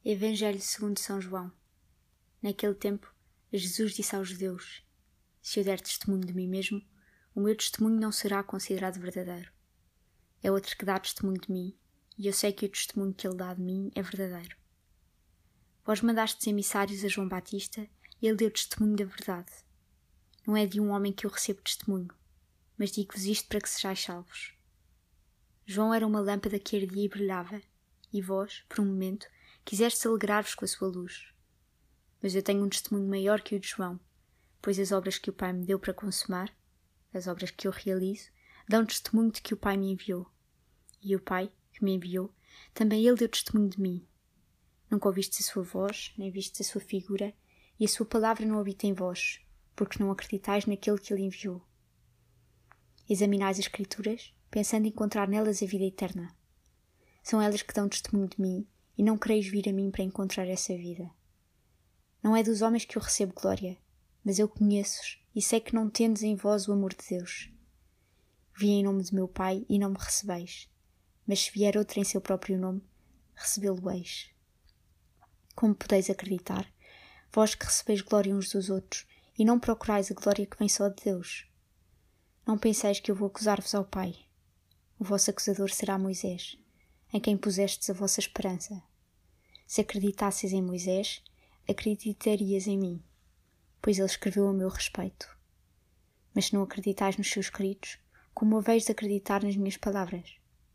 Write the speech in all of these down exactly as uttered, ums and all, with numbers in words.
Evangelho segundo São João. Naquele tempo, Jesus disse aos judeus: Se eu der testemunho de mim mesmo, o meu testemunho não será considerado verdadeiro. É outro que dá testemunho de mim, e eu sei que o testemunho que ele dá de mim é verdadeiro. Vós mandastes emissários a João Batista, e ele deu testemunho da verdade. Não é de um homem que eu recebo testemunho, mas digo-vos isto para que sejais salvos. João era uma lâmpada que ardia e brilhava, e vós, por um momento, quisestes alegrar-vos com a sua luz. Mas eu tenho um testemunho maior que o de João, pois as obras que o Pai me deu para consumar, as obras que eu realizo, dão testemunho de que o Pai me enviou. E o Pai, que me enviou, também ele deu testemunho de mim. Nunca ouvistes a sua voz, nem vistes a sua figura, e a sua palavra não habita em vós, porque não acreditais naquele que ele enviou. Examinais as Escrituras, pensando encontrar nelas a vida eterna. São elas que dão testemunho de mim, e não quereis vir a mim para encontrar essa vida. Não é dos homens que eu recebo glória, mas eu conheço-os e sei que não tendes em vós o amor de Deus. Vi em nome de meu Pai e não me recebeis, mas se vier outro em seu próprio nome, recebê-lo-eis. Como podeis acreditar, vós que recebeis glória uns dos outros e não procurais a glória que vem só de Deus? Não penseis que eu vou acusar-vos ao Pai. O vosso acusador será Moisés, em quem pusestes a vossa esperança. Se acreditasseis em Moisés, acreditarias em mim, pois ele escreveu a meu respeito. Mas se não acreditais nos seus escritos, como haveis de acreditar nas minhas palavras?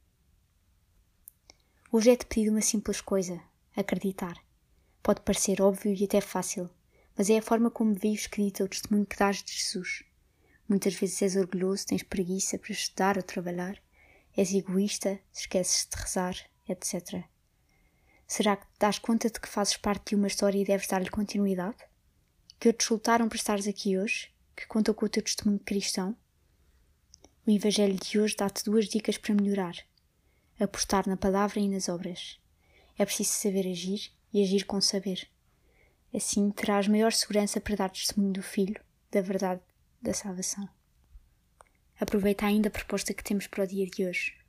Hoje é-te pedido uma simples coisa: acreditar. Pode parecer óbvio e até fácil, mas é a forma como vives que dita o testemunho que dás de Jesus. Muitas vezes és orgulhoso, tens preguiça para estudar ou trabalhar, és egoísta, esqueces de rezar, etcétera. Será que te dás conta de que fazes parte de uma história e deves dar-lhe continuidade? Que outros lutaram para estares aqui hoje, que contam com o teu testemunho cristão? O Evangelho de hoje dá-te duas dicas para melhorar: apostar na palavra e nas obras. É preciso saber agir e agir com saber. Assim terás maior segurança para dar testemunho do Filho, da verdade, da salvação. Aproveita ainda a proposta que temos para o dia de hoje.